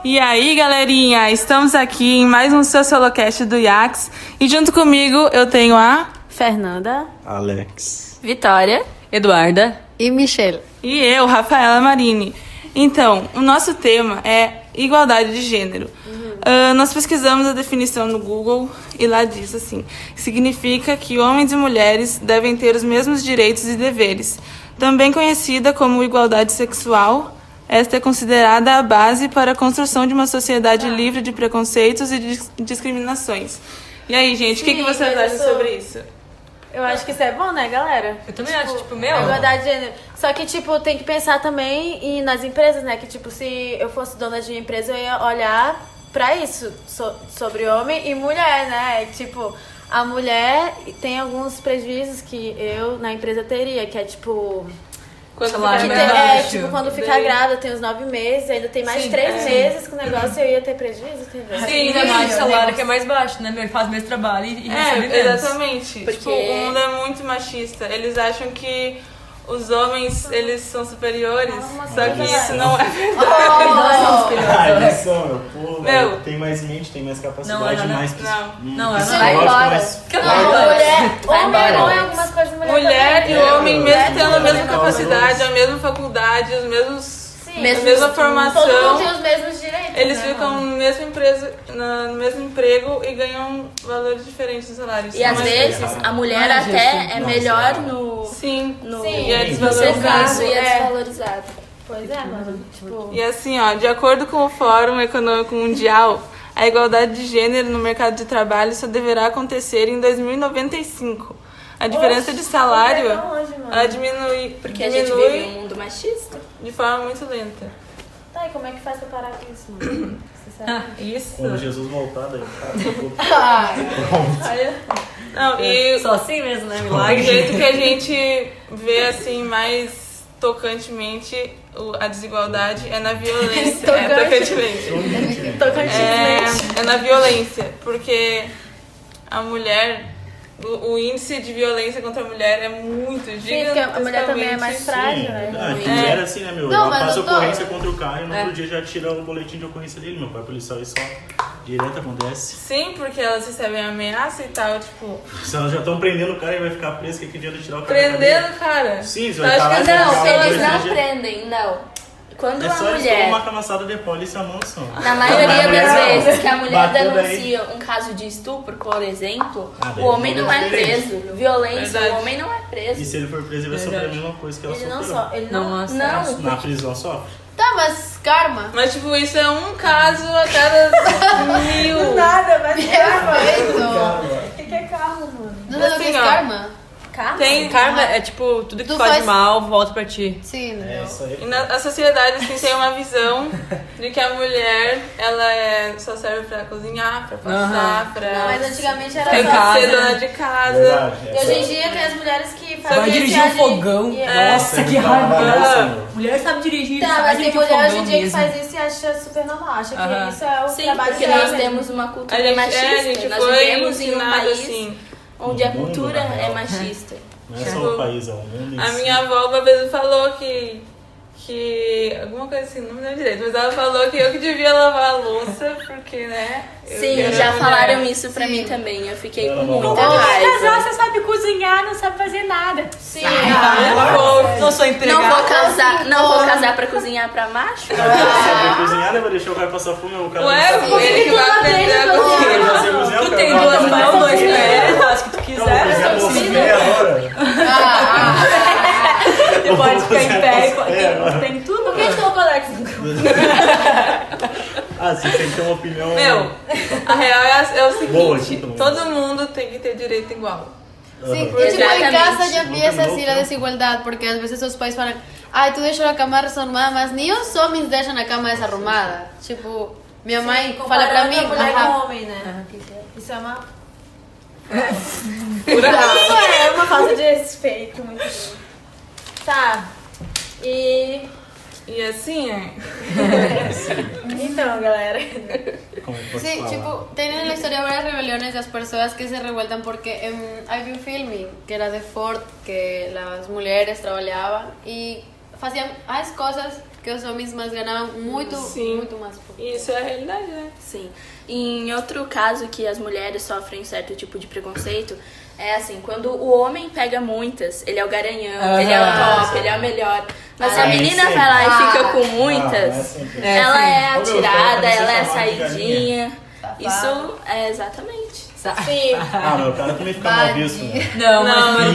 E aí, galerinha, estamos aqui em mais um Sociolocast do Iax. E junto comigo eu tenho a Fernanda, Alex, Vitória, Eduarda e Michelle. E eu, Rafaela Marini. Então, o nosso tema é igualdade de gênero. Nós pesquisamos a definição no Google e lá diz assim: significa que homens e mulheres devem ter os mesmos direitos e deveres. Também conhecida como igualdade sexual, esta é considerada a base para a construção de uma sociedade livre de preconceitos e discriminações. E aí, gente, o que vocês acham sobre isso? Eu acho que isso é bom, né, galera? Eu também acho, meu... Igualdade de gênero. Só que, tem que pensar também nas empresas, né? Que, se eu fosse dona de uma empresa, eu ia olhar pra isso, sobre homem e mulher, né? A mulher tem alguns prejuízos que eu, na empresa, teria, que é, quando ficar grávida, tem os 9 meses, ainda tem mais 3 meses com o negócio, eu ia ter prejuízo, entendeu? Sim, ainda mais o salário que é mais baixo, né? Faz mais trabalho e recebe menos. Exatamente. Porque... o mundo é muito machista. Eles acham que os homens, eles são superiores, só que isso não é verdade. eles são, tem mais mente, tem mais capacidade, mais Não vai embora. Homem não é algumas coisas, mulher e homem, mesmo tendo a mesma capacidade, a mesma faculdade, os mesmos... a mesma formação, todo mundo tem os mesmos direitos. Eles ficam no mesmo emprego e ganham valores diferentes de salários. E às vezes a mulher até é melhor no e é desvalorizado. E é desvalorizado. Pois é, mano. E assim, de acordo com o Fórum Econômico Mundial, a igualdade de gênero no mercado de trabalho só deverá acontecer em 2095. A diferença de salário, ela diminui. Porque a gente vive em um mundo machista. De forma muito lenta. Tá, e como é que faz pra parar com isso, mano? Isso. Quando Jesus voltar, daí. Só assim mesmo, né? Milagre. O jeito que a gente vê, assim, mais tocantemente a desigualdade é na violência. É na violência. Porque a mulher... O índice de violência contra a mulher é muito gigantescamente... Sim, porque a mulher também é mais frágil, né? Tem mulher assim, né, meu? Ela faz ocorrência contra o cara e no outro dia já tira o boletim de ocorrência dele, meu pai policial, e só direto acontece. Sim, porque elas recebem ameaça e tal, Se elas já estão prendendo o cara e vai ficar preso, que adianta tirar o cara? Prendendo o cara? Sim, vai estar lá... Não, eles não prendem, não. Quando a mulher... É só uma camaçada de polícia à mão, só. Na maioria das vezes que a mulher denuncia um caso de estupro, por exemplo, o homem não é preso. Violência, o homem não é preso. E se ele for preso, ele vai sofrer a mesma coisa que ela sofreu. Ele não. Na prisão sofre. Tá, mas karma. Mas isso é um caso a cada 1000. Nada, mas karma. O que é karma, mano? Não sabe o que é karma? Karma é tudo que faz mal volta pra ti. Sim, né? E a sociedade assim, tem uma visão de que a mulher ela só serve pra cozinhar, pra passar, pra... Não, mas antigamente era ser dona de casa. Verdade, e hoje em dia tem as mulheres que fazem... Vai dirigir um fogão. Nossa, que raiva. Mulher sabe dirigir. Tá, mas tem mulher hoje em dia que faz isso e acha super normal. Acha que isso é o trabalho porque dela nós mesmo. temos uma cultura machista. Nós vivemos em um país onde a cultura é machista. Não é só o país, é o mundo. A minha avó uma vez falou que alguma coisa assim, não me lembro direito, mas ela falou que eu que devia lavar a louça, porque, né? Sim, já falaram isso pra mim também. Eu fiquei com muita Casal, raiva. você sabe cozinhar, não sabe fazer nada. Sim. Não sou empregada. Não vou casar pra cozinhar pra macho. Sabe cozinhar, né? Vai deixar o cara passar fome, o cara... Ele que vai aprender a cozinhar. Tu tem 2 mãos, 2 pés, faz o que tu quiser. Você pode ficar em pé, tem tudo. Por que tu colocou Alex no grupo? Você tem que ter uma opinião... A real é o Boa, seguinte, todo mundo tem que ter direito igual. Sí, y tipo en casa ya empieza así la desigualdad, porque a veces los pais falam, ay, tú deixas a cama desarrumada, mas nem os homens deixam a cama desarrumada. Tipo, minha mãe fala pra mim... mulher com homem, né? Isso é uma... Isso é uma falta de respeito muito grande. Tá, e assim Então, galera. Sí, tipo, tienen en la historia varias rebeliones de las personas que se revueltan porque hay un filme que era de Ford que las mujeres trabajaban y hacían as cosas que os homens mais ganhavam muito mais pouco. Isso é a realidade, né? Sim. Em outro caso que as mulheres sofrem certo tipo de preconceito, é assim, quando o homem pega muitas, ele é o garanhão, ele é o top, ele é o melhor. Mas se a menina vai lá e fica com muitas, ela é atirada, ela é saidinha. Isso é exatamente. Sim. Não, o cara também fica mal visto. Não, mas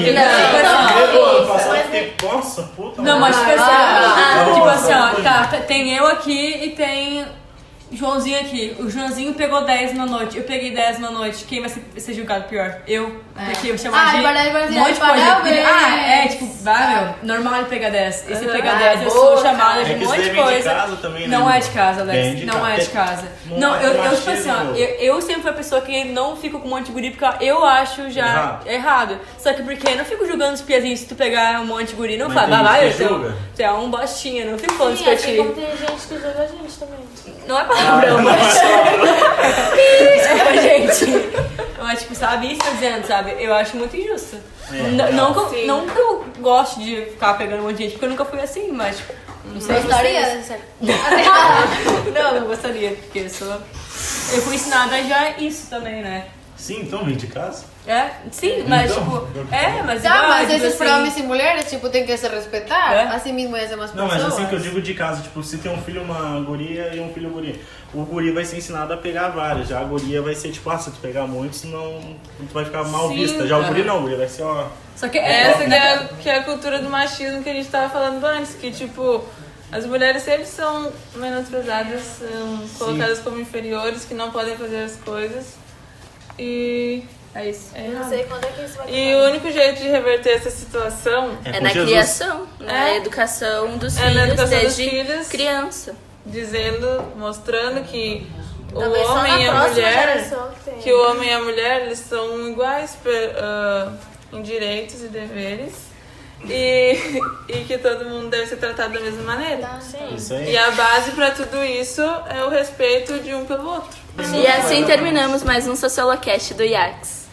Nossa, puta. não, mas tipo assim, ó, tá, tem eu aqui e tem Joãozinho aqui. O Joãozinho pegou 10 na noite, eu peguei 10 na noite. Quem vai ser julgado pior? Eu. Porque eu chamar de um monte de coisa. Tipo, normal ele pegar 10. E se pegar 10, eu sou chamada de um monte de coisa. Não é de casa, Alex. Não é de casa. Não, eu tipo assim, ó, eu sempre fui a pessoa que não fico com um monte de guri porque eu acho já errado. Só que porque eu não fico julgando os piazinhos se tu pegar um monte de guri, não fala, vai, tu é um bostinha, não fico falando isso pra ti. Tem gente que julga a gente também. Não é palavrão, mas... Desculpa, gente. Mas, tipo, sabe? Isso que eu tô dizendo, sabe? Eu acho muito injusto. Não que eu gosto de ficar pegando um monte de gente, porque eu nunca fui assim, mas, tipo... Não sei gostaria de ser. Não gostaria, porque eu fui ensinada já isso também, né? Sim, então vem de casa. Sim, mas então, tipo... mas mas tipo, esses para homens e mulheres, tipo, tem que se respeitar. Assim mesmo é mais Não, pessoas. mas assim que eu digo de casa, tipo, se tem um filho, uma guria e um filho, guria. O guri vai ser ensinado a pegar várias. Já a guria vai ser, tipo, se tu pegar muitos, não, tu vai ficar mal vista. Já o guri não, o guri vai ser, ó... Só que que é a cultura do machismo que a gente tava falando antes, que, tipo... As mulheres sempre são menosprezadas, são colocadas como inferiores, que não podem fazer as coisas. E é isso. Não sei quando é que isso vai E o único jeito de reverter essa situação é na criação, na educação dos filhos, desde criança. Mostrando que o Talvez homem e a mulher, que o homem e a mulher, eles são iguais em direitos e deveres. E que todo mundo deve ser tratado da mesma maneira. Sim. Isso aí. E a base pra tudo isso é o respeito de um pelo outro. E assim terminamos mais um Sociolocast do IACS.